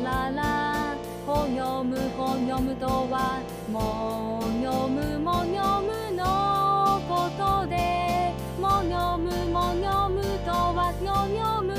ララほにょむとはもにょむのことでもにょむとはにょむ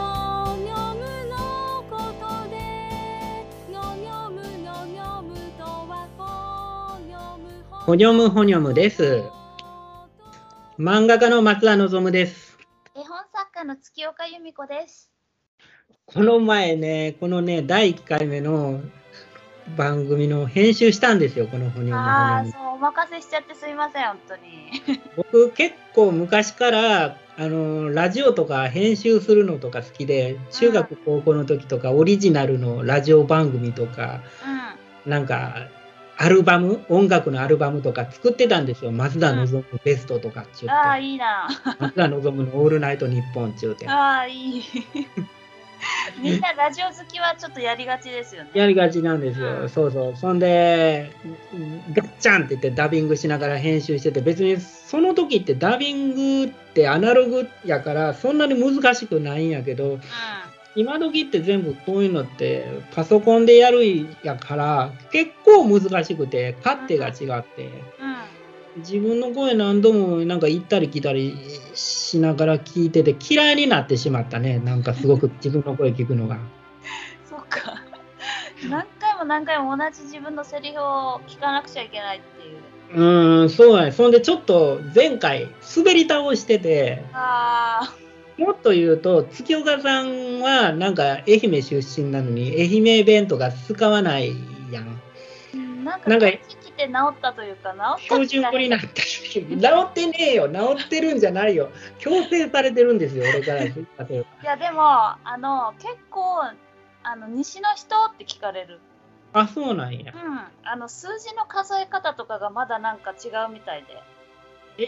のことでにょむとはほにょむです。漫画家の松田望です。 絵本作家の月岡由美子です。 この前ね、第1回目の番組の編集したんですよ、このほにょむ。 そう、お任せしちゃってすいません、本当に。 僕結構昔からラジオとか編集するのとか好きで、中学高校の時とかオリジナルのラジオ番組とか、なんか音楽のアルバムとか作ってたんですよ。松田望ベストとかっちゅって。 いいな。 松田望のオールナイトニッポンっちゅうて。 いい。みんなラジオ好きはちょっとやりがちですよね。 やりがちなんですよ。そうそう。そんで、ガッチャンって言ってダビングしながら編集してて、別にその時ってダビングってアナログやからそんなに難しくないんやけど、今時って全部こういうのってパソコンでやるやから結構難しくて勝手が違って、自分の声何度もなんか行ったり来たりしながら聞いてて嫌いになってしまったね。なんかすごく自分の声聞くのが。 そっか。何回も同じ自分のセリフを聞かなくちゃいけないっていう。 そうやね。そんでちょっと前回滑り倒してて。もっと言うと月岡さんはなんか愛媛出身なのに愛媛弁とか使わないやん。 なんか来て治ったというか標準語になった。治ってねえよ。治ってるんじゃないよ。強制されてるんですよ、俺から。いやでも結構西の人って聞かれる。 そうなんや。 数字の数え方とかがまだなんか違うみたいで。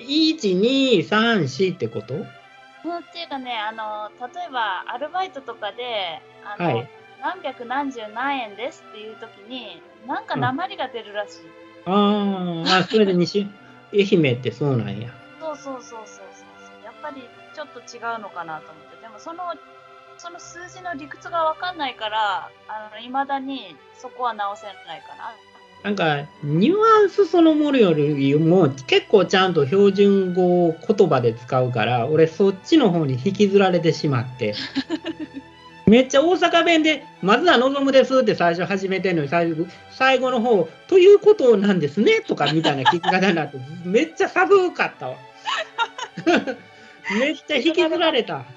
1、2、3、4ってこと？ っていうかね、例えばアルバイトとかで何百何十何円ですっていう時になんか訛りが出るらしい。 それで愛媛ってそうなんや。 そう。やっぱりちょっと違うのかなと思って。でもその数字の理屈が分かんないから未だにそこは直せないかな。 なんかニュアンスそのものよりも結構ちゃんと標準語を言葉で使うから俺そっちの方に引きずられてしまってめっちゃ大阪弁で「松田望です」って最初始めてんのに最後の方「ということなんですね」とかみたいな聞き方になってめっちゃ寒かったわめっちゃ引きずられた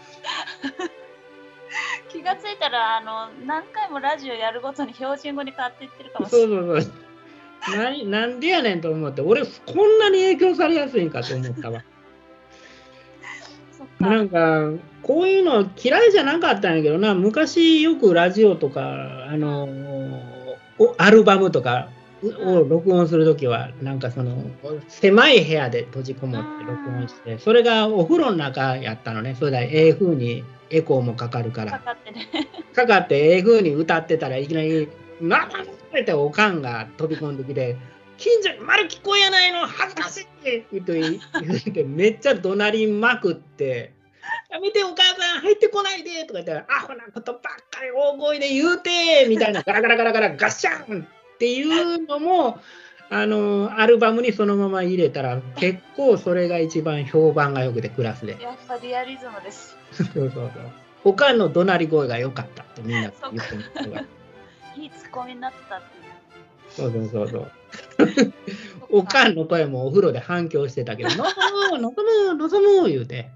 気がついたら何回もラジオやるごとに標準語に変わっていってるかもしれない。 そうなんでやねんと思って俺こんなに影響されやすいんかと思ったわなんかこういうの嫌いじゃなかったんやけどな。昔よくラジオとかアルバムとかを録音するときはなんか狭い部屋で閉じこもって録音して、それがお風呂の中やったのね。それで風にエコーもかかるからかかって風に歌ってたらいきなり「なんだ!」っておかんが飛び込んできて「近所に丸聞こえやないの恥ずかしい!」って言ってめっちゃ怒鳴りまくって「やめてお母さん入ってこないで!」とか言ったら「アホなことばっかり大声で言うて!」みたいなガラガラガラガラガッシャンっていうのもアルバムにそのまま入れたら結構それが一番評判が良くてクラスで。 やっぱリアリズムです。 そうおかんの怒鳴り声が良かったってみんな言ってるのがいいツッコミになってたっていう。 そうおかんの声もお風呂で反響してたけど「望む」言うて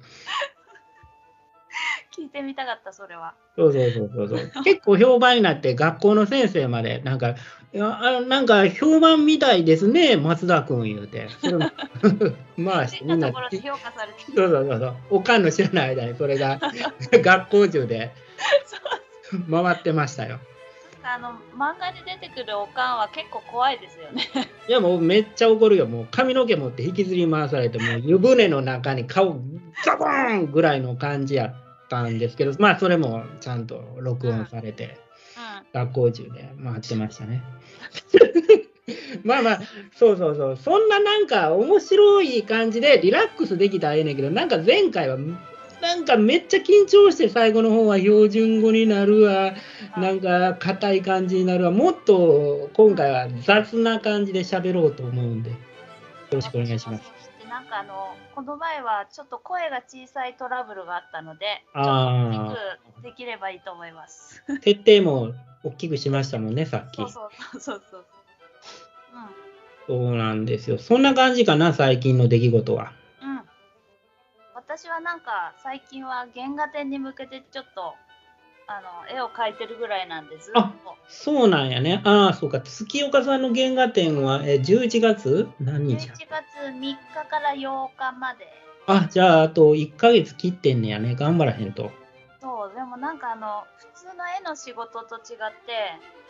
聞いてみたかったそれは。 そう結構評判になって学校の先生までなんか評判みたいですね松田君言うてそれもまあみんな評価されてそうおかんの知らない間にそれが学校中で回ってましたよ。 漫画に出てくるおかんは結構怖いですよね。 いやもうめっちゃ怒るよ。もう髪の毛持って引きずり回されてもう湯船の中に顔ザボーンぐらいの感じやったんですけど、まあそれもちゃんと録音されて、学校中で回ってましたね。まあそうそんななんか面白い感じでリラックスできたらええねんけど、なんか前回はなんかめっちゃ緊張して最後の方は標準語になるわ、なんか硬い感じになるわ、もっと今回は雑な感じで喋ろうと思うんで、よろしくお願いします。 そしてなんかこの前はちょっと声が小さいトラブルがあったので、ちょっと大きくできればいいと思います。 設定も大きくしましたもんね、さっき。 そうそうそうそう。 そうなんですよ。そんな感じかな、最近の出来事は。 私はなんか最近は原画展に向けてちょっと絵を描いてるぐらいなんです。 あ、そうなんやね。ああ、そうか。月岡さんの原画展は11月何日 ？11月3日から8日まで。 あ、じゃああと1ヶ月切ってんねやね。頑張らへんと。 そう、でもなんか普通の絵の仕事と違って、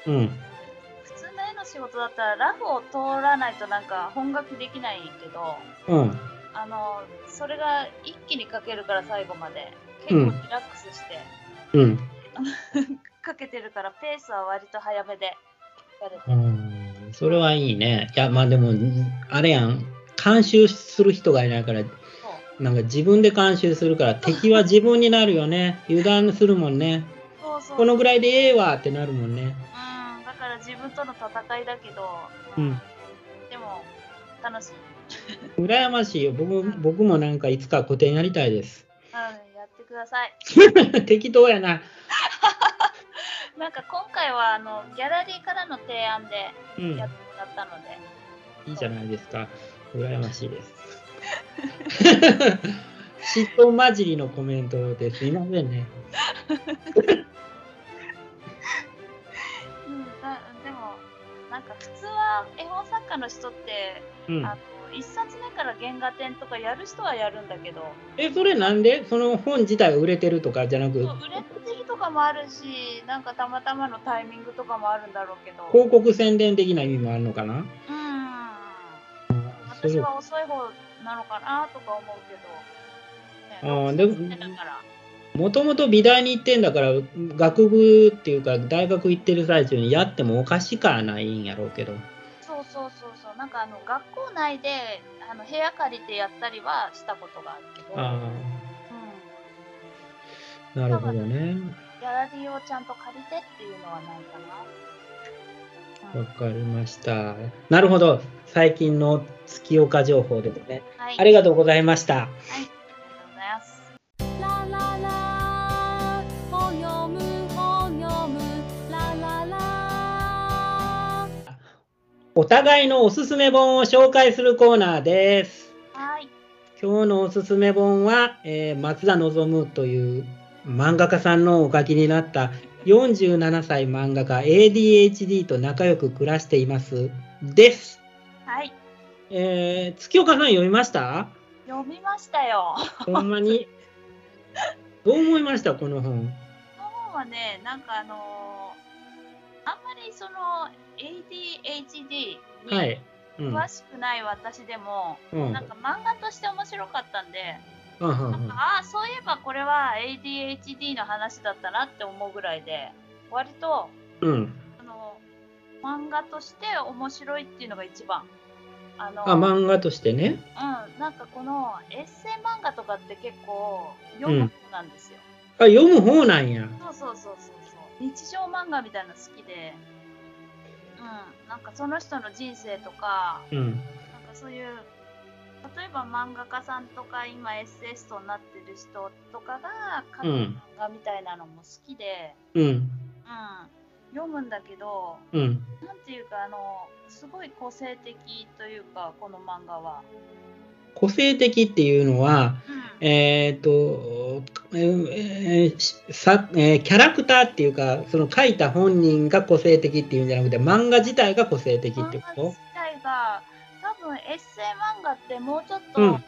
うん。 普通の絵の仕事だったらラフを通らないとなんか本書きできないけど、 うん。 それが一気に描けるから最後まで結構リラックスして、 うん。 描けてるからペースは割と早めでやれてる。 それはいいね。いや、まあでも、あれやん。監修する人がいないから、なんか自分で監修するから敵は自分になるよね。油断するもんね。 そうそう。 このぐらいでええわってなるもんね。 だから自分との戦いだけど、でも楽しい。 羨ましいよ。僕もなんかいつか個展やりたいです。 やってください。 適当やな。 なんか今回はギャラリーからの提案でやってもらったので、 いいじゃないですか。羨ましいです。嫉妬混じりのコメントですいませんね。 でもなんか普通は絵本作家の人って、1冊目から原画展とかやる人はやるんだけど。 それなんでその本自体が売れてるとかじゃなく、 売れてるとかもあるし、なんかたまたまのタイミングとかもあるんだろうけど。 広告宣伝的な意味もあるのかな。 私は遅い方なのかなとか思うけど。 でもともと美大に行ってんだから学部っていうか大学行ってる最中にやってもおかしかないんやろうけど。 そうなんか学校内で部屋借りてやったりはしたことがあるけど。 なるほどね。 ギャラリーをちゃんと借りてっていうのはないかな。わかりました。なるほど。最近の月岡情報ですね。ありがとうございました。 はい、ありがとうございます。 ラララほよむほよむラララ。 お互いのおすすめ本を紹介するコーナーです。 はい。 今日のおすすめ本は、松田望という漫画家さんのお書きになった47歳漫画家 ADHD と仲良く暮らしていますです。 はい。 月岡さん読みました？ 読みましたよ。 ほんまにどう思いましたこの本？ この本はね、なんかあんまりその ADHD に詳しくない私でも、なんか漫画として面白かったんで、そういえばこれは ADHD の話だったなって思うぐらいで、割と、漫画として面白いっていうのが一番。 漫画としてね。 なんかこのエッセイ漫画とかって結構読む方なんですよ。 読む方なんや。 そう。日常漫画みたいなの好きで、なんかその人の人生とか、なんかそういう、例えば漫画家さんとか今エッセイストになってる人とかが書く漫画みたいなのも好きで、読むんだけど、なんていうかすごい個性的というか、この漫画は。 個性的っていうのは、キャラクターっていうか、その書いた本人が個性的っていうんじゃなくて、漫画自体が個性的ってこと？ 漫画自体が、多分エッセイ漫画ってもうちょっと、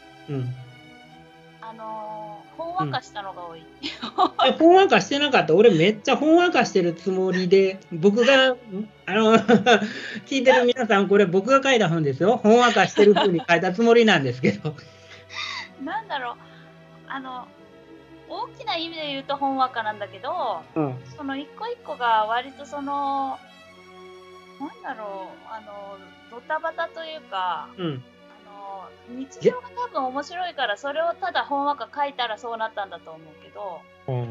ほんわかしたのが多い。 ほんわかしてなかった。俺めっちゃほんわかしてるつもりで、僕が聞いてる皆さん、これ僕が書いた本ですよ。ほんわかしてる風に書いたつもりなんですけど。 なんだろう、大きな意味で言うとほんわかなんだけど、その一個一個が割とその、なんだろう、ドタバタというか、 日常が多分面白いからそれをただほんわか書いたらそうなったんだと思うけど、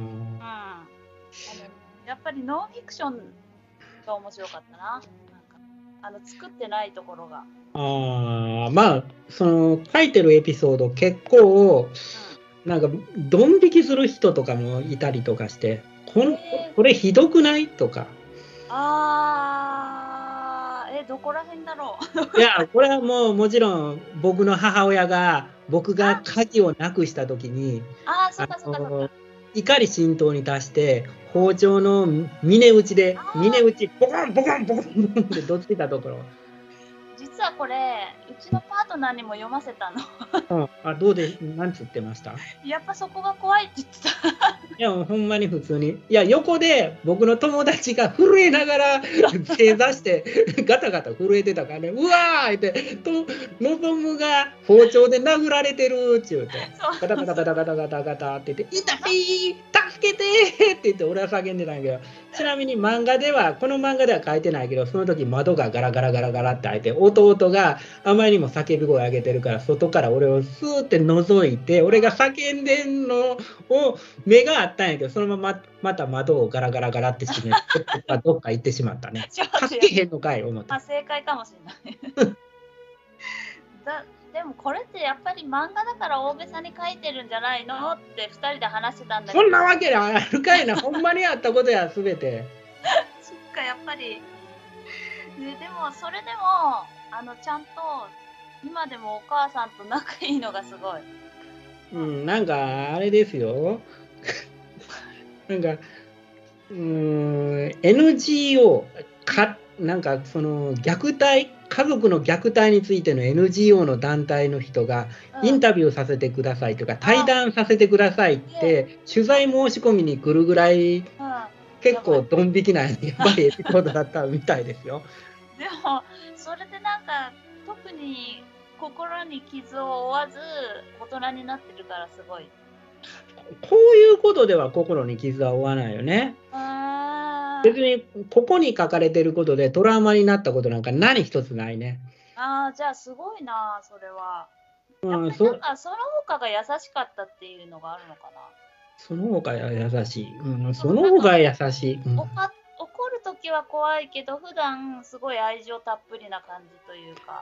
やっぱりノンフィクションが面白かったな。なんか作ってないところが。 まあその書いてるエピソード結構、なんかドン引きする人とかもいたりとかして、これひどくないとか。 どこら辺だろう。いや、これはもちろん僕の母親が僕が鍵をなくした時に、怒り心頭に達して包丁の峰打ちボコンボコンボコンボコンってどついたところ。 実はこれうちのパートナーにも読ませたの。 どうでなんつってました？ やっぱそこが怖いって言ってた。 いやほんまに普通に、いや横で僕の友達が震えながら正座してガタガタ震えてたからね、うわーってのぞむが包丁で殴られてるって言うて、ガタガタガタガタガタガタって言って、痛い助けてって言って俺は叫んでたんやけど、ちなみにこの漫画では書いてないけど、その時窓がガラガラガラガラって開いて、弟があまりにも叫び声上げてるから外から俺をスーって覗いて、俺が叫んでんのを目があったんやけど、そのまた窓をガラガラガラって閉めてどっか行ってしまったね。助けへんのかい思って。 正解かもしれない。でもこれってやっぱり漫画だから大げさに書いてるんじゃないのって2人で話してたんだけど、 そんなわけあるかいな。ほんまにあったことや全て。 そっか、やっぱり、でもそれでもちゃんと今でもお母さんと仲いいのがすごい。 なんかあれですよ。なんかNGO なんかその家族の虐待についての NGO の団体の人がインタビューさせてくださいとか、対談させてくださいって取材申し込みに来るぐらい、結構ドン引きなやばいエピソードだったみたいですよ。 でもそれでなんか特に心に傷を負わず大人になってるからすごい。 こういうことでは心に傷は負わないよね。別にここに書かれてることでトラウマになったことなんか何一つないね。 じゃあすごいな、それは。やっぱりなんかその他が優しかったっていうのがあるのかな。 その他が優しい。その他が優しい。 怒るときは怖いけど、普段すごい愛情たっぷりな感じというか。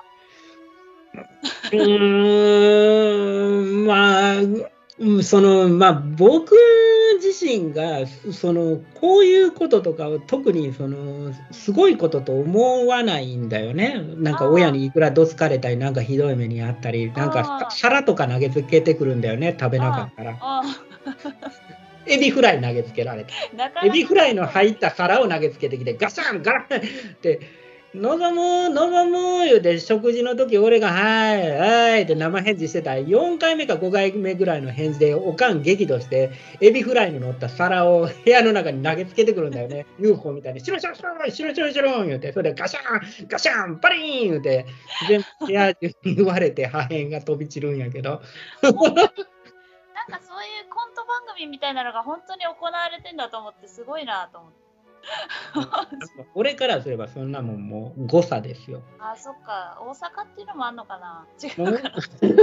僕自身がこういうこととかを特にすごいことと思わないんだよね。なんか親にいくらどつかれたり、なんかひどい目にあったり、なんか皿とか投げつけてくるんだよね、食べなかったら。エビフライ投げつけられた。エビフライの入った皿を投げつけてきて、ガシャンガランって望む言うて、食事の時俺がはいって生返事してたら、4回目か5回目ぐらいの返事でおかん激怒して、エビフライの乗った皿を部屋の中に投げつけてくるんだよね。UFO みたいにシュロシュロシュロシュロシュロシュロ言うて、それでガシャンガシャンバリーン言うて、全部部屋中に言われて破片が飛び散るんやけど。 なんかそういうコント番組みたいなのが本当に行われてんだと思って、すごいなと思って。 俺からすればそんなもんもう誤差ですよ。 そっか、大阪っていうのもあんのかな。違うかな。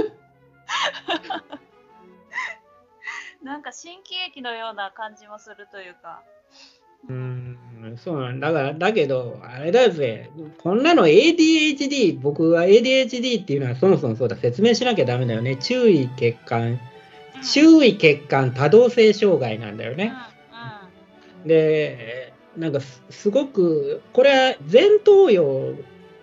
なんか新喜劇のような感じもするというか。 そうなんだけどあれだぜ、こんなの ADHD、僕は ADHD っていうのはそもそもそうだ、説明しなきゃダメだよね。注意欠陥多動性障害なんだよね。でなんかすごくこれは前頭葉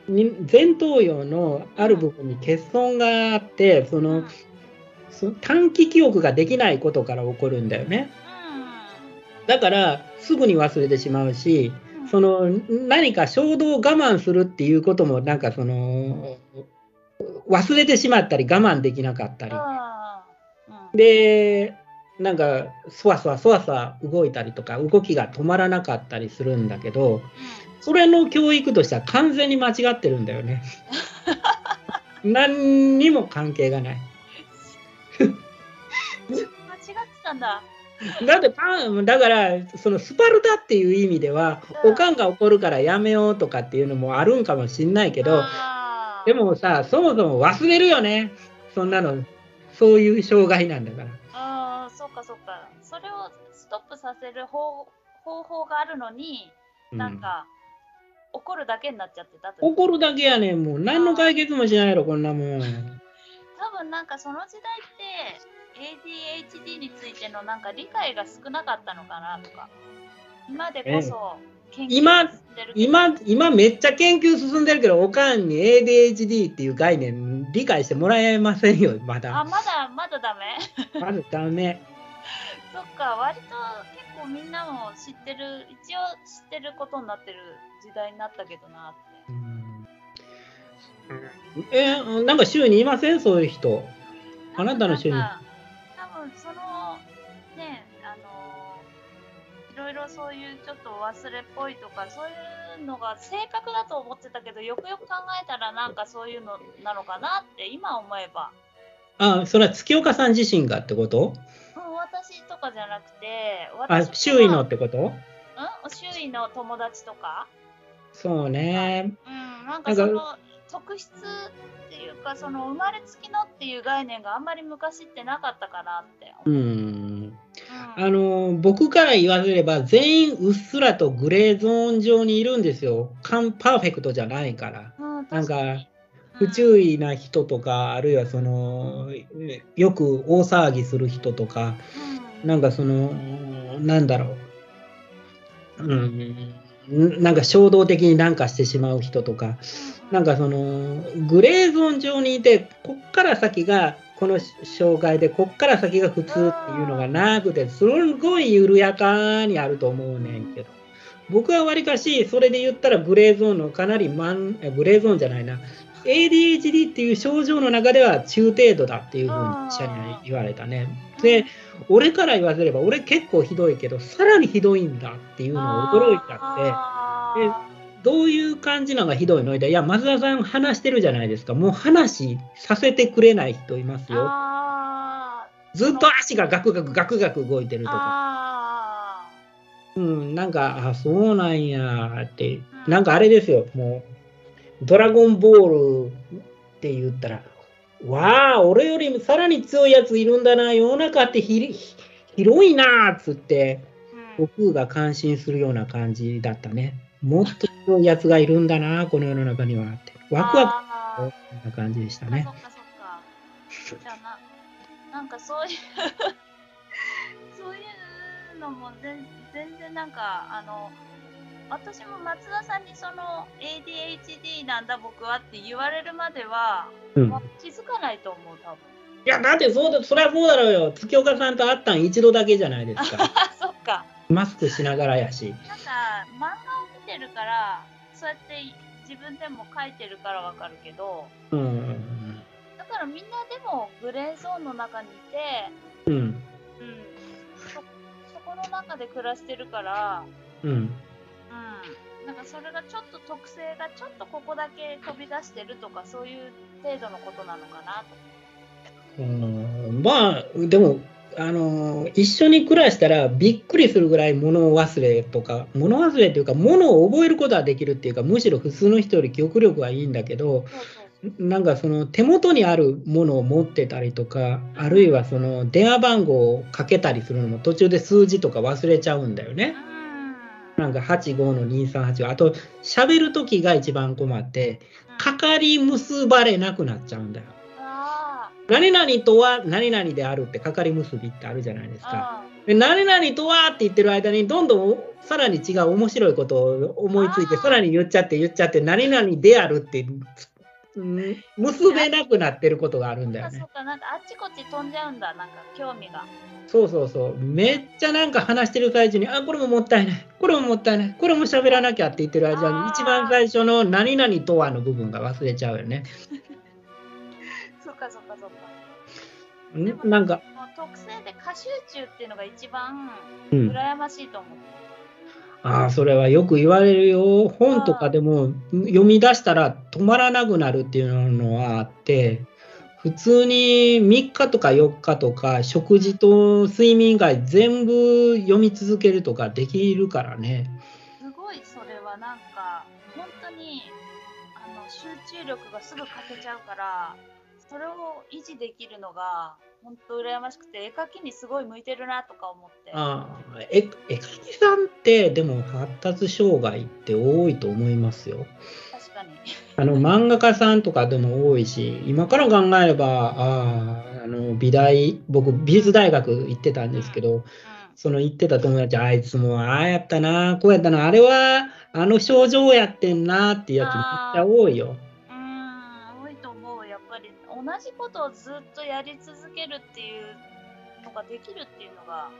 のある部分に欠損があって、その短期記憶ができないことから起こるんだよね。だからすぐに忘れてしまうし、何か衝動を我慢するっていうこともなんか忘れてしまったり我慢できなかったりで、なんかそわそわ動いたりとか動きが止まらなかったりするんだけど、それの教育としては完全に間違ってるんだよね。何にも関係がない。 間違ってたんだ。 だからスパルタっていう意味では、おかんが怒るからやめようとかっていうのもあるんかもしんないけど、 でもさ、そもそも忘れるよね。そんなの、そういう障害なんだから。 ああ、そっかそっか。それをストップさせる方法があるのに、なんか、怒るだけになっちゃってたと。 怒るだけやねん、もう。何の解決もしないやろ、こんなもん。 多分なんかその時代って ADHD についてのなんか理解が少なかったのかなとか。今でこそ研究進んでるけど。 今めっちゃ研究進んでるけど、おかんに ADHD っていう概念理解してもらえませんよ、まだ。 あ、まだダメまだダメ。 そっか、割と結構みんなも知ってる、一応知ってることになってる時代になったけどなって。 なんか周囲にいませんそういう人。あなたの周囲に。 多分そのね、いろいろそういうちょっと忘れっぽいとかそういうのが性格だと思ってたけど、よくよく考えたらなんかそういうのなのかなって今思えば。 あ、それは月岡さん自身がってこと？ 私とかじゃなくて、 周囲のってこと？ 周囲の友達とか。 そうね。 なんかその特質っていうか、その生まれつきのっていう概念があんまり昔ってなかったかなって思う。 僕から言わせれば全員うっすらとグレーゾーン上にいるんですよ。パーフェクトじゃないから。なんか不注意な人とか、あるいはそのよく大騒ぎする人とか、なんかそのなんだろう、なんか衝動的になんかしてしまう人とか、なんかそのグレーゾーン上にいて、こっから先がこの障害で、こっから先が普通っていうのがなくて、すごい緩やかにあると思うねんけど、僕はわりかしそれで言ったらグレーゾーンのかなりグレーゾーンじゃないな、ADHD っていう症状の中では中程度だっていうふうに医者には言われたね。で、俺から言わせれば、俺結構ひどいけど、さらにひどいんだっていうのを驚いちゃって、でどういう感じなのがひどいので、いや、松田さん話してるじゃないですか。もう話させてくれない人いますよ。ずっと足がガクガクガクガク動いてるとか。なんか、そうなんやって、なんかあれですよ、もう。ドラゴンボールって言ったら、わあ、俺よりもさらに強いやついるんだな、世の中って広いなっつって、僕が感心するような感じだったね。もっと強いやつがいるんだな、この世の中にはって。ワクワクな感じでしたね。 そっかそっか。じゃあなんかそういうそういうのも全然なんか私も松田さんにその ADHD なんだ僕はって言われるまでは、気づかないと思う、多分。 いや、だってそりゃそうだろうよ。月岡さんと会ったん一度だけじゃないですか。 そっか。 マスクしながらやし。 なんか漫画を見てるから、そうやって自分でも書いてるからわかるけど、だからみんなでもグレーゾーンの中にいて、そこの中で暮らしてるから、なんかそれがちょっと特性がちょっとここだけ飛び出してるとか、そういう程度のことなのかなと。 まあでも一緒に暮らしたらびっくりするぐらい物忘れとか、物忘れっていうか物を覚えることはできるっていうか、むしろ普通の人より記憶力はいいんだけど、なんかその手元にあるものを持ってたりとか、あるいはその電話番号をかけたりするのも途中で数字とか忘れちゃうんだよね。なんか85の238、あと喋るときが一番困って、かかり結ばれなくなっちゃうんだよ。何々とは何々であるってかかり結びってあるじゃないですか。で何々とはって言ってる間にどんどんさらに違う面白いことを思いついて、さらに言っちゃって何々であるって結べなくなってることがあるんだよね。 そうか、なんかあっちこっち飛んじゃうんだ、なんか興味が。 そうめっちゃなんか話してる最中に、これももったいない、これももったいない、これも喋らなきゃって言ってる間に一番最初の何々とはの部分が忘れちゃうよね。 そっか。 なんか特性で過集中っていうのが一番羨ましいと思う。 それはよく言われるよ。本とかでも読み出したら止まらなくなるっていうのはあって、普通に3日とか4日とか食事と睡眠以外全部読み続けるとかできるからね。 すごごいそれはなんか本当に集中力がすぐ欠けちゃうから、それを維持できるのが本当羨ましくて、絵描きにすごい向いてるなとか思って。 絵描きさんってでも発達障害って多いと思いますよ。 確かに漫画家さんとかでも多いし、今から考えれば僕美術大学行ってたんですけど、その行ってた友達、あいつもああやったな、こうやったな、あれは症状やってんなっていうやつめっちゃ多いよ。 多いと思う。やっぱり同じことをずっとやり続けるっていうのができるっていうのが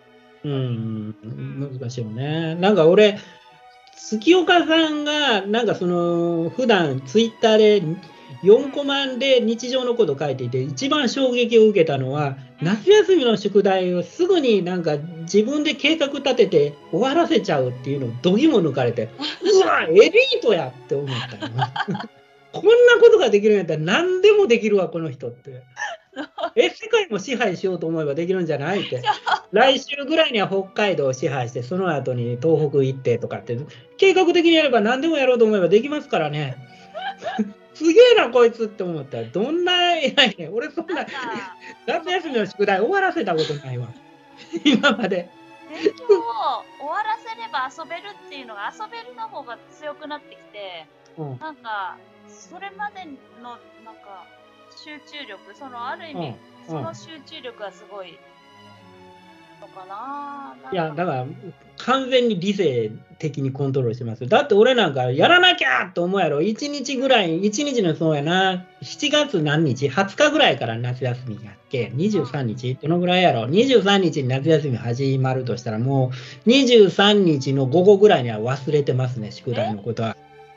難しいよね。なんか俺、月岡さんがなんか普段ツイッターで4コマで日常のことを書いていて、一番衝撃を受けたのは、夏休みの宿題をすぐになんか自分で計画立てて終わらせちゃうっていうのをどぎも抜かれて、うわエリートやって思ったよこんなことができるんやったら何でもできるわこの人って世界も支配しようと思えばできるんじゃないって。来週ぐらいには北海道を支配して、その後に東北行ってとかって計画的にやれば何でもやろうと思えばできますからねすげえなこいつって思ったら、どんな偉いね。俺そんな夏休みの宿題終わらせたことないわ今まで。 勉強を終わらせれば遊べるっていうのが、遊べるの方が強くなってきて、なんかそれまでのなんか集中力、ある意味、その集中力がすごいのかな。 いやだから完全に理性的にコントロールしてます。だって俺なんかやらなきゃと思うやろ。1日ぐらい、1日のそうやな、7月何日 ?20 日ぐらいから夏休みやっけ ?23 日どのぐらいやろ。23日に夏休み始まるとしたら、もう23日の午後ぐらいには忘れてますね、宿題のことは。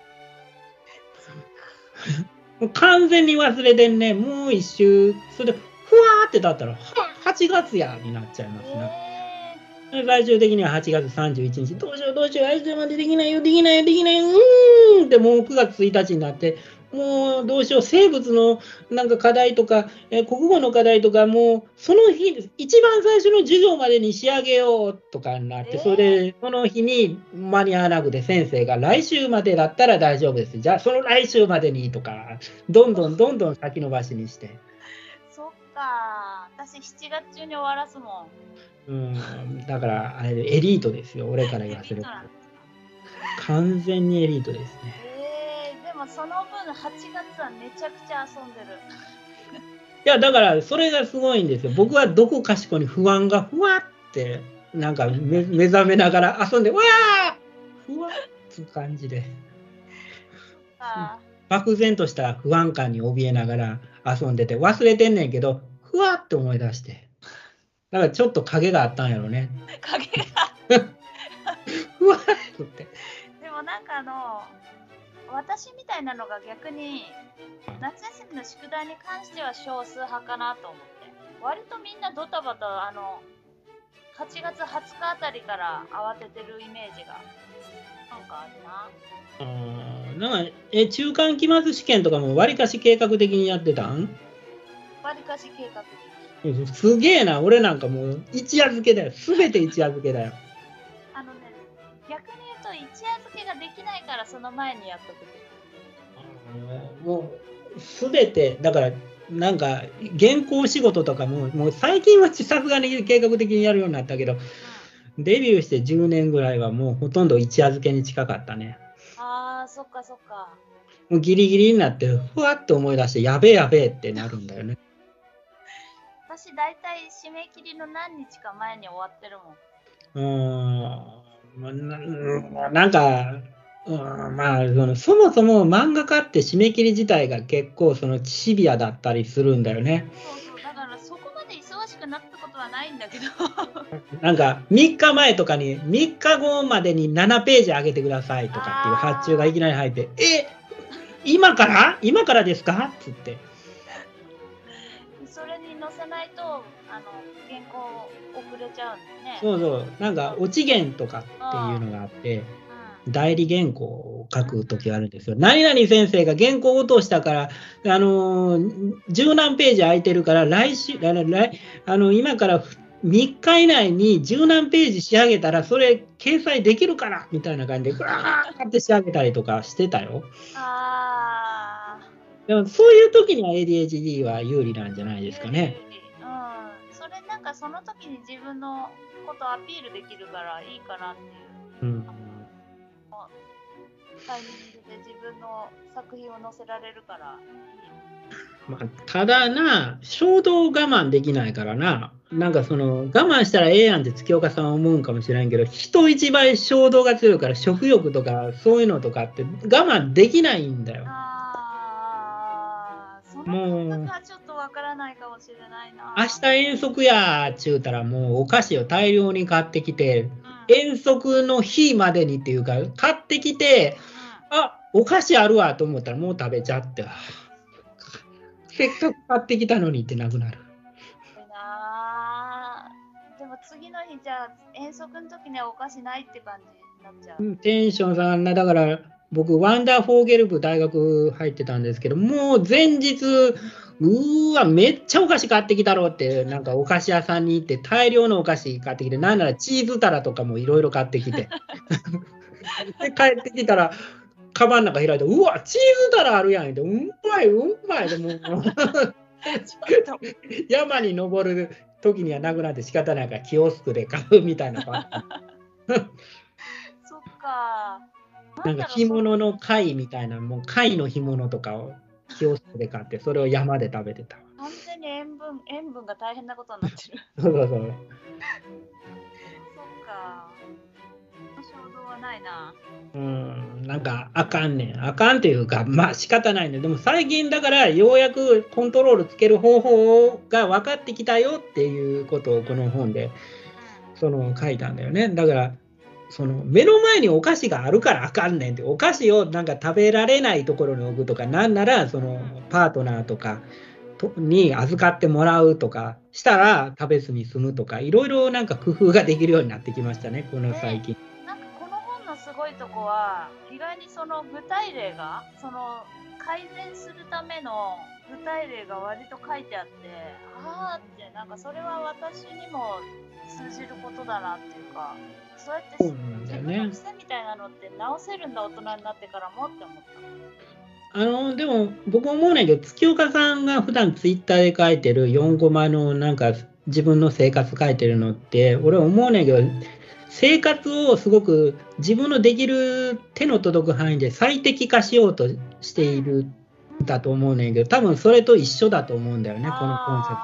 もう完全に忘れてんね。もう一周、それでふわーってだったら、8月やになっちゃいますね。最終的には8月31日、どうしよう、あいつまでできないよ、できないよ、ってもう9月1日になって、もうどうしよう、生物のなんか課題とか、国語の課題とか、もうその日、一番最初の授業までに仕上げようとかになって、それでその日に間に合わなくて、先生が来週までだったら大丈夫です。じゃあその来週までにとか、どんどん先延ばしにして。 そっか、私7月中に終わらすもん。 だからあれエリートですよ、俺から言わせると。完全にエリートですね。 でもその分8月はめちゃくちゃ遊んでる。 いやだからそれがすごいんですよ。僕はどこかしこに不安がふわってなんか 目覚めながら遊んで、わーふわって感じで漠然とした不安感に怯えながら遊んでて、忘れてんねんけどふわって思い出して、だからちょっと影があったんやろね。 影がふわっって。 でもなんか私みたいなのが逆に夏休みの宿題に関しては少数派かなと思って、割とみんなドタバタ8月20日あたりから慌ててるイメージがなんかあるな。 なんか中間期末試験とかもわりかし計画的にやってたん？ わりかし計画的。 すげえな。俺なんかもう一夜漬けだよ。すべて一夜漬けだよ。 逆に言うと一夜漬けができないからその前にやっとく。 もうすべてだからなんか原稿仕事とかもう最近はさすがに計画的にやるようになったけど、デビューして10年ぐらいはもうほとんど一夜漬けに近かったね。 そっかそっか。 もうギリギリになってふわっと思い出してやべえってなるんだよね。 私大体締め切りの何日か前に終わってるもん。なんか、そもそも漫画家って締め切り自体が結構シビアだったりするんだよね。 そうだからそこまで忙しくなったことはないんだけどなんか3日前とかに3日後までに7ページ上げてくださいとかっていう発注がいきなり入って今からですかっつってそれに載せないと原稿遅れちゃうんでね。 そうなんか落ち原とかっていうのがあって、代理原稿を書くときがあるんですよ。何々先生が原稿を落としたから十何ページ空いてるから来週今から 3日以内に10何ページ仕上げたらそれ掲載できるからみたいな感じでガーって仕上げたりとかしてたよ。でもそういう時には ADHD は有利なんじゃないですかね。 それなんかその時に自分のことアピールできるからいいかなっていう。タイミングで自分の作品を載せられるからいい。 ただな、衝動我慢できないからな、なんかその我慢したらええやんって月岡さんは思うんかもしれんけど、人一倍衝動が強いから食欲とかそういうのとかって我慢できないんだよ。 その感覚はちょっとわからないかもしれないな。 明日遠足やっちゅうたらもうお菓子を大量に買ってきて、遠足の日までにっていうか買ってきて、あ、お菓子あるわと思ったらもう食べちゃって、せっかく買ってきたのにってなくなる。 でも次の日じゃあ遠足の時にはお菓子ないって感じになっちゃう。 テンションさんな、だから僕ワンダーフォーゲル部大学入ってたんですけど、もう前日めっちゃお菓子買ってきたろってなんかお菓子屋さんに行って大量のお菓子買ってきて、なんならチーズタラとかもいろいろ買ってきてで帰ってきたらカバンの中開いて、うわチーズタラあるやんって、うんまいでも山に登る時にはなくなって仕方ないからキオスクで買うみたいなそっか。 なんか干物の貝みたいな、もう貝の干物とかをキオスクで買ってそれを山で食べてた。 完全に塩分が大変なことになってる。 そうそっか。衝動はないな。 なんかあかんっていうか、まあ仕方ないね。でも最近だからようやくコントロールつける方法が分かってきたよっていうことをこの本で書いたんだよね。だから目の前にお菓子があるからあかんねんって、お菓子をなんか食べられないところに置くとか、なんならパートナーとかに預かってもらうとかしたら食べずに済むとか、いろいろなんか工夫ができるようになってきましたね、この最近。 なんかこの本のすごいとこは意外にその具体例が改善するための具体例が割と書いてあって、ってなんかそれは私にも通じることだなっていうか、そうやって自分の癖みたいなのって直せるんだ、大人になってからもって思った。 でも僕思うねんけど、月岡さんが普段ツイッターで書いてる4コマのなんか自分の生活書いてるのって、俺は思うねんけど、生活をすごく自分のできる手の届く範囲で最適化しようとしているんだと思うねんけど、多分それと一緒だと思うんだよね、このコンセプ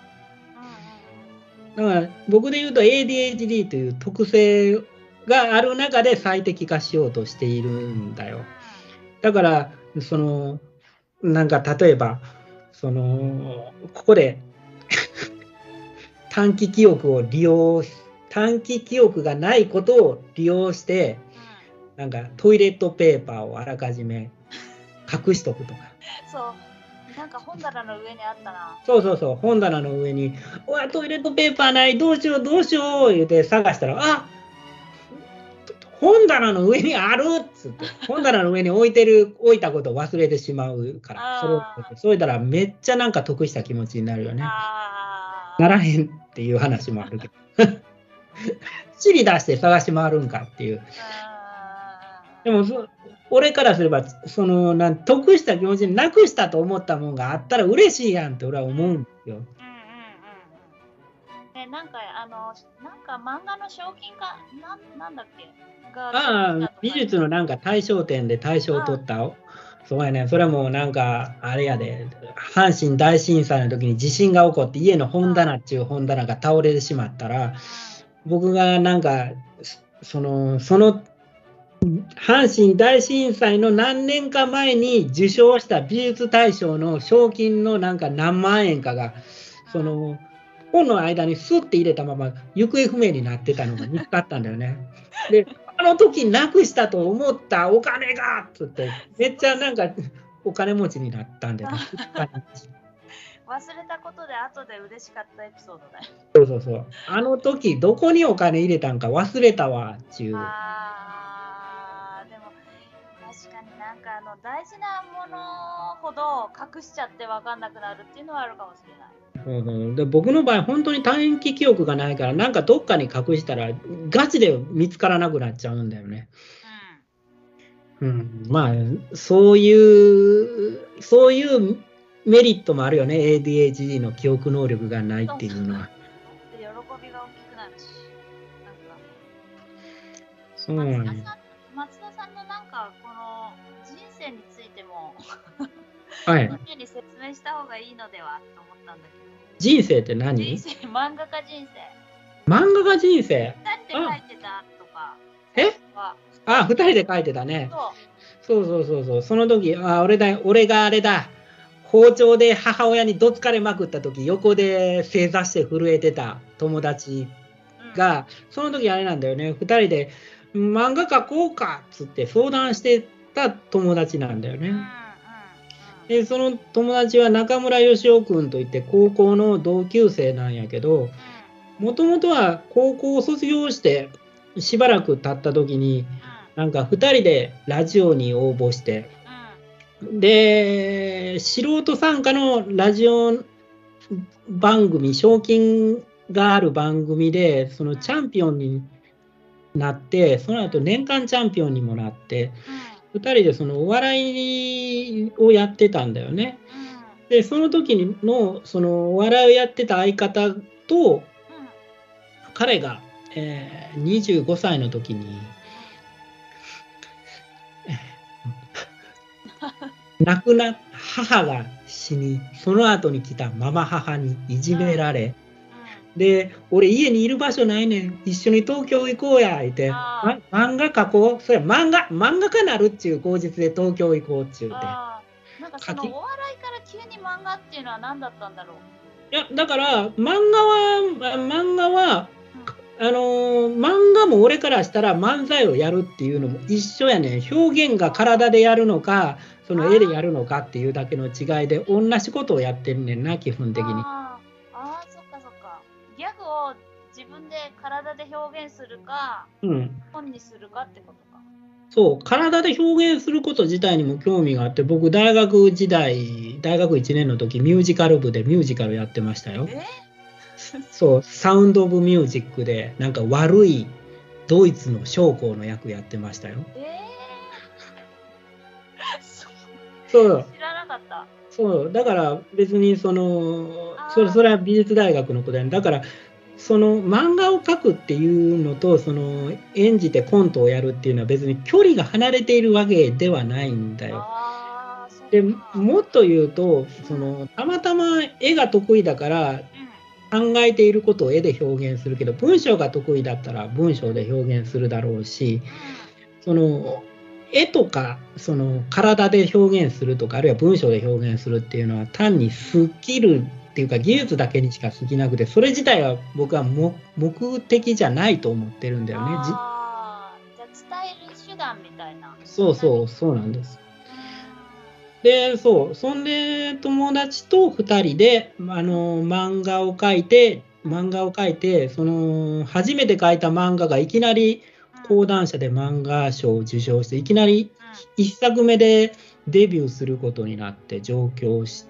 ト。だから僕で言うと ADHD という特性がある中で最適化しようとしているんだよ。だからなんか例えばここで短期記憶がないことを利用して、なんかトイレットペーパーをあらかじめ隠しとくとか。 そうなんか本棚の上にあったな。 そう本棚の上に「おわトイレットペーパーない、どうしよう」言って探したら「あ本棚の上にある」っつって本棚の上に置いたことを忘れてしまうから、それたらめっちゃなんか得した気持ちになるよね。ならへんっていう話もあるけど尻出して探し回るんかっていう。でも俺からすれば得した気持ちになくしたと思ったもんがあったら嬉しいやんって俺は思うんですよ。 なんか漫画の賞金かなんだっけ美術のなんか大賞展で大賞を取ったそうやね。それもなんかあれやで、阪神大震災の時に地震が起こって家の本棚っていう本棚が倒れてしまったら、僕がなんかその阪神大震災の何年か前に受賞した美術大賞の賞金のなんか何万円かが本の間にスッて入れたまま行方不明になってたのが見つかったんだよね。であの時なくしたと思ったお金がっつってめっちゃなんかお金持ちになったんだよね。 忘れたことで後で嬉しかったエピソードだよ。 そうあの時どこにお金入れたんか忘れたわっちゅう。でも確かになんか大事なものほど隠しちゃって分かんなくなるっていうのはあるかもしれない。 で僕の場合本当に短期記憶がないから、なんかどっかに隠したらガチで見つからなくなっちゃうんだよね。まあそういうメリットもあるよね、 ADHD の記憶能力がないっていうのは。 喜びが大きくなるし、 そうなんです。 松田さんのなんかこの人生についてもはい。 に説明した方がいいのではと思ったんだけど。 人生って何？ 人生、漫画家人生。漫画家人生。 2人で書いてたとか。 2人で書いてたね。そう。その時、俺があれだ。包丁で母親にどつかれまくった時、横で正座して震えてた友達が、その時あれなんだよね。2人で漫画描こうかっつって相談してた友達なんだよね。でその友達は中村義雄君といって高校の同級生なんやけど、もともとは高校を卒業してしばらく経った時に、なんか2人でラジオに応募して、で素人参加のラジオ番組、賞金がある番組でそのチャンピオンになって、その後年間チャンピオンにもなって、2人でそのお笑いをやってたんだよね。でその時のそのお笑いをやってた相方と、彼が、25歳の時に亡くなった母が死に、その後に来たママ母にいじめられ、で俺家にいる場所ないねん、一緒に東京行こうや言って、漫画描こう、それ漫画家なるっちゅう口実で東京行こうっちゅうて。 なんかそのお笑いから急に漫画っていうのは何だったんだろう。 いやだから漫画は漫画も俺からしたら漫才をやるっていうのも一緒やねん。表現が体でやるのかその絵でやるのかっていうだけの違いで、同じことをやってんねんな、基本的に。 そっか。ギャグを自分で体で表現するか、本にするかってことか。 そう、体で表現すること自体にも興味があって、僕大学1年の時ミュージカル部でミュージカルやってましたよ。そう、サウンド・オブ・ミュージックでなんか悪いドイツの将校の役やってましたよ。 そう知らなかった。 そうだから別にそれは美術大学の子だよね。だからその漫画を描くっていうのとその演じてコントをやるっていうのは別に距離が離れているわけではないんだよ。でもっと言うとたまたま絵が得意だから考えていることを絵で表現するけど、文章が得意だったら文章で表現するだろうし、絵とか体で表現するとか、あるいは文章で表現するっていうのは単にスキルっていうか技術だけにしか過ぎなくて、それ自体は僕は目的じゃないと思ってるんだよね。 じゃあ伝える手段みたいな。 そうなんです。でそんで友達と2人で漫画を描いて初めて描いた漫画がいきなり講談社で漫画賞を受賞して、いきなり1作目でデビューすることになって上京して、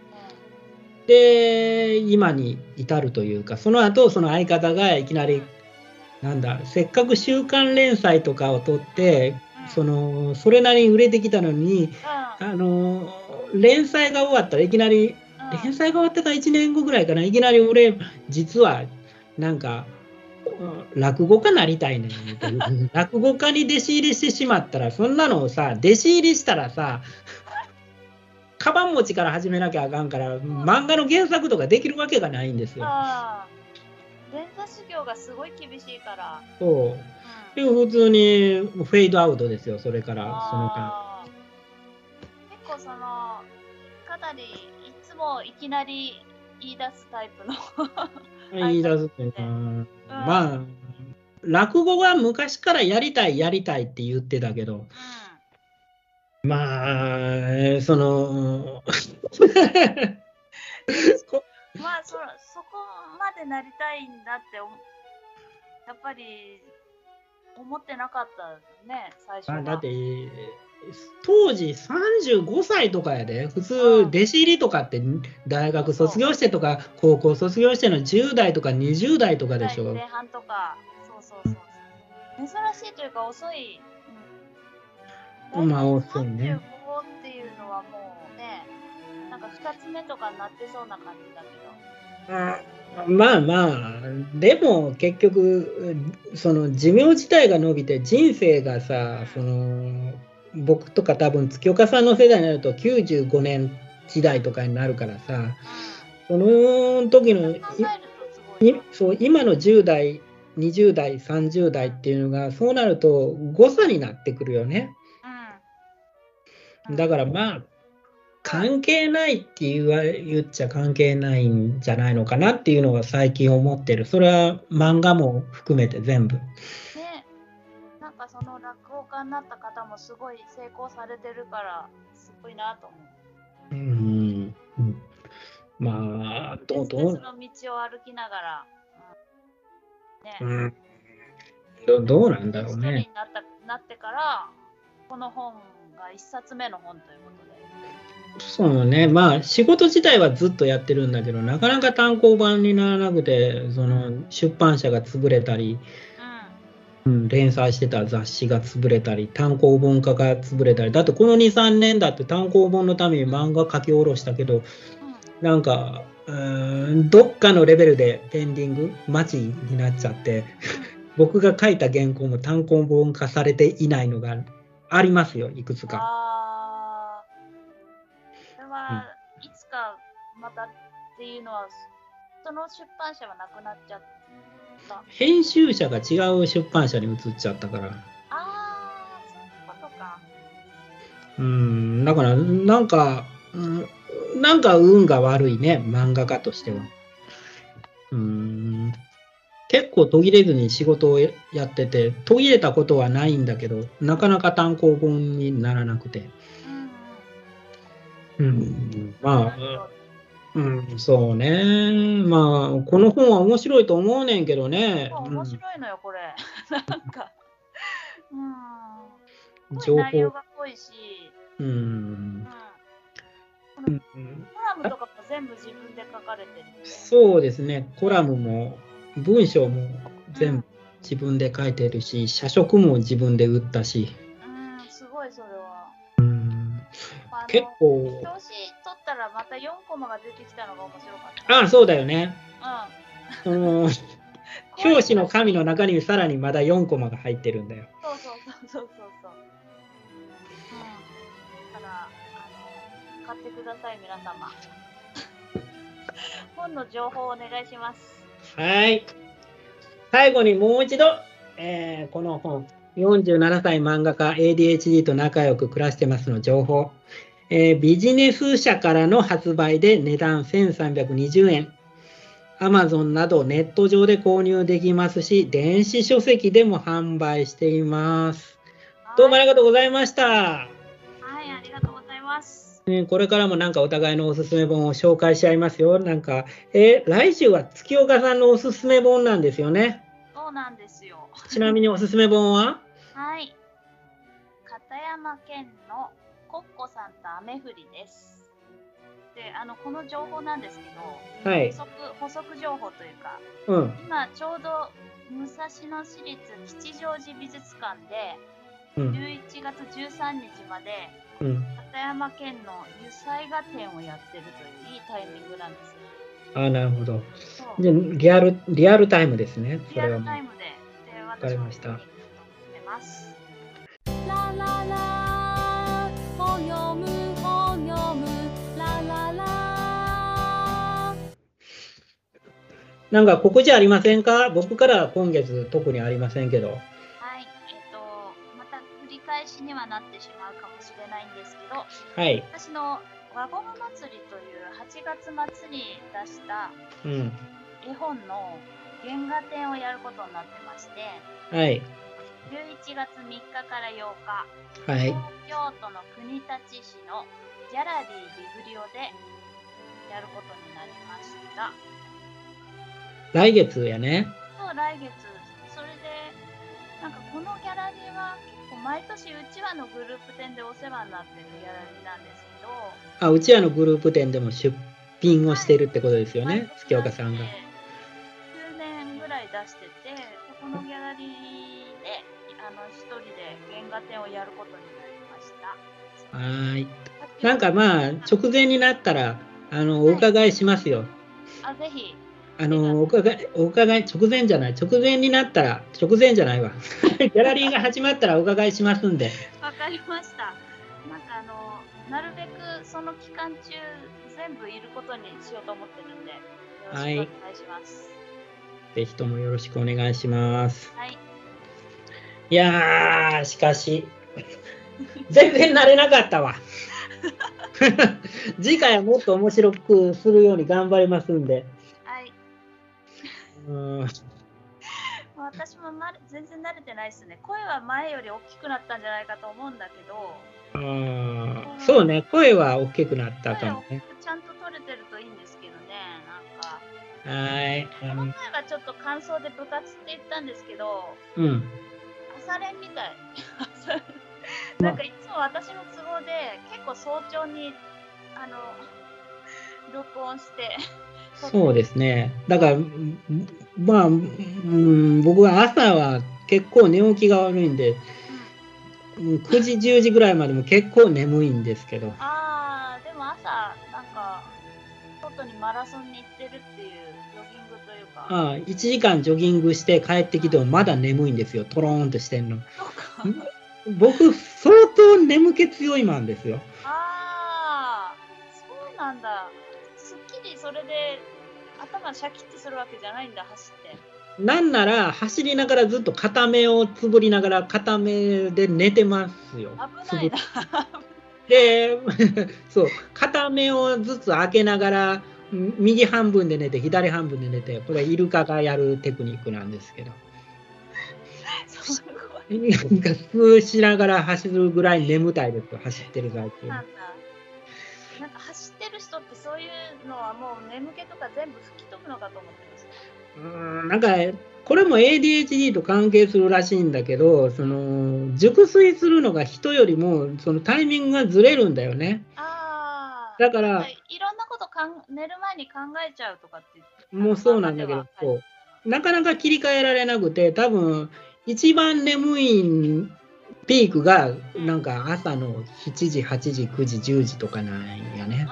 で今に至るというか、その後その相方がいきなりせっかく週刊連載とかを取ってそれなりに売れてきたのに、連載が終わったらいきなり、連載が終わってから1年後ぐらいかな、いきなり俺実はなんか落語家なりたいねん落語家に弟子入りしてしまったら、そんなのをさ、弟子入りしたらさカバン持ちから始めなきゃあかんから、漫画の原作とかできるわけがないんですよ。 連座修行がすごい厳しいから。 で普通にフェードアウトですよ。それからその間結構かなりいつもいきなり言い出すタイプの言い出すっていうか、まあ落語は昔からやりたいって言ってたけど、まあそこまでなりたいんだってやっぱり思ってなかったね、最初は。 だって当時35歳とかやで、普通、弟子入りとかって大学卒業してとか、高校卒業しての10代とか20代とかでしょ。 前半とか、そう。珍しいというか遅い。 まあ遅いね。 35っていうのはもうね、なんか2つ目とかになってそうな感じだけど。 まあ、でも結局、その寿命自体が伸びて、人生がさ、僕とか多分月岡さんの世代になると95年時代とかになるからさ、その時の今の10代20代30代っていうのがそうなると誤差になってくるよね。だからまあ関係ないって言っちゃ関係ないんじゃないのかなっていうのは最近思ってる。それは漫画も含めて全部。 ね、なんかその落語家になった方もすごい成功されてるからすごいなと思う。 まあどうの道を歩きながら、 ね、どうなんだろうね。 一人になってからこの本が1冊目の本ということで。 そうね、まあ仕事自体はずっとやってるんだけど、なかなか単行本にならなくて、その出版社が潰れたり、連載してた雑誌が潰れたり、単行本化が潰れたり、だってこの2、3年だって単行本のために漫画書き下ろしたけど、なんかどっかのレベルでペンディング待ちになっちゃって、僕が書いた原稿も単行本化されていないのがありますよ、いくつか。 いつかまたっていうのは、その出版社はなくなっちゃった。 編集者が違う出版社に移っちゃったから。 そういうことか。 だからなんか運が悪いね、漫画家としては。結構途切れずに仕事をやってて、途切れたことはないんだけど、なかなか単行本にならなくて。まあ、そうね。まあ、この本は面白いと思うねんけどね。 面白いのよ、これ。なんか、内容が濃いし、コラムとかも全部自分で書かれてる。 そうですね。コラムも文章も全部自分で書いてるし、社食も自分で打ったし。 すごいそれは。 結構。 表紙取ったらまた4コマが出てきたのが面白かった。 そうだよね。表紙の紙の中にさらにまだ4コマが入ってるんだよ。 そう。だから買ってください皆様。本の情報をお願いします。 はい。最後にもう一度、この本47歳漫画家 ADHD と仲良く暮らしてますの情報。ビジネス社からの発売で値段1320円。Amazon などネット上で購入できますし、電子書籍でも販売しています。どうもありがとうございました。 はい、ありがとうございます。 これからもなんかお互いのおすすめ本を紹介し合いますよ。なんか、来週は月岡さんのおすすめ本なんですよね。 そうなんですよ。 ちなみにおすすめ本ははい。片山健のコッコさんと雨降りです。で、この情報なんですけど、 はい、 補足情報というか、今ちょうど武蔵野市立吉祥寺美術館で、11月13日まで、片山健の油彩画展をやってるといういいタイミングなんですよ。 なるほど。じゃリアルタイムですね。 リアルタイムで、 わかりました。 ラララ本読むラララ。 なんか告知ありませんか？僕からは今月特にありませんけど。 はい、また繰り返しにはなってしまうかもしれないんですけど、 はい、 私の輪ゴム祭りという8月末に出した絵本の原画展をやることになってまして、 はい、 11月3日から8日、 はい、 東京都の国立市のギャラリービブリオでやることになりました。 来月やね。 そう、来月。それで、なんかこのギャラリーは結毎年うちわのグループ展でお世話になってるギャラリーなんですけど、 あ、うちわのグループ展でも出品をしてるってことですよね、 はい、 月岡さんが。 9年ぐらい出してて、このギャラリーで一人で原画展をやることになりました。 はい。なんかまあ直前になったらお伺いしますよ。 あ、ぜひ。 お伺い直前じゃない、直前になったら、直前じゃないわ。ギャラリーが始まったらお伺いしますんで。 わかりました。なんかなるべくその期間中全部いることにしようと思ってるんで、よろしくお願いします。 ぜひともよろしくお願いします。 はい。 いやー、しかし、全然慣れなかったわ。次回はもっと面白くするように頑張りますんで。 はい。私も全然慣れてないですね。声は前より大きくなったんじゃないかと思うんだけど。 そうね、声は大きくなったかもね。 ちゃんと取れてるといいんですけどね、なんか。 はい。 この前はちょっと感想で部活って言ったんですけど、朝練みたい。なんかいつも私の都合で結構早朝に録音して。 そうですね。だからまあ、僕は朝は結構寝起きが悪いんで、9時10時ぐらいまでも結構眠いんですけど。 でも朝なんか外にマラソンに行ってるっていうジョギングというか。 1時間ジョギングして帰ってきてもまだ眠いんですよ。トローンとしてんの。僕相当眠気強いマンですよ。 そうなんだ。すっきりそれで頭シャキッとするわけじゃないんだ、走って。 なんなら走りながらずっと片目をつぶりながら片目で寝てますよ。 危ないな。 で、そう、片目をずつ開けながら右半分で寝て左半分で寝て、これはイルカがやるテクニックなんですけど。なんか数しながら走るぐらい眠たいですよ、走ってる最中。 なんか走ってる人ってそういうのはもう眠気とか全部吹き飛ぶのかと思ってます。 なんかこれも ADHD と関係するらしいんだけど、熟睡するのが人よりもそのタイミングがずれるんだよね。だからいろんなこと寝る前に考えちゃうとかってもうそうなんだけど、なかなか切り替えられなくて、多分一番眠いピークがなんか朝の7時、8時、9時、10時とかなんやね。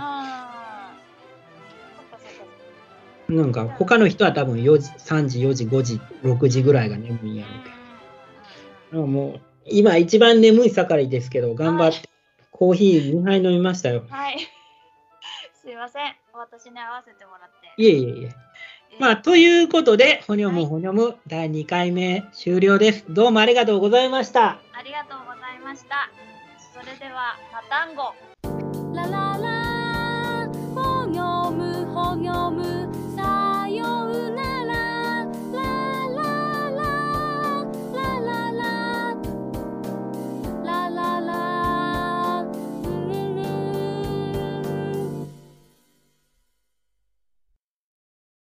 なんか他の人は多分3時、4時、5時、6時ぐらいが眠いんやろうけど。もう今一番眠い盛りですけど、頑張ってコーヒー2杯飲みましたよ。 はい。すいません。私に合わせてもらって。 いえいえいえ。まあ、ということで、ほにょむほにょむ第2回目終了です。どうもありがとうございました。 ありがとうございました。それでは、またんご。 ラララほにょむほにょむ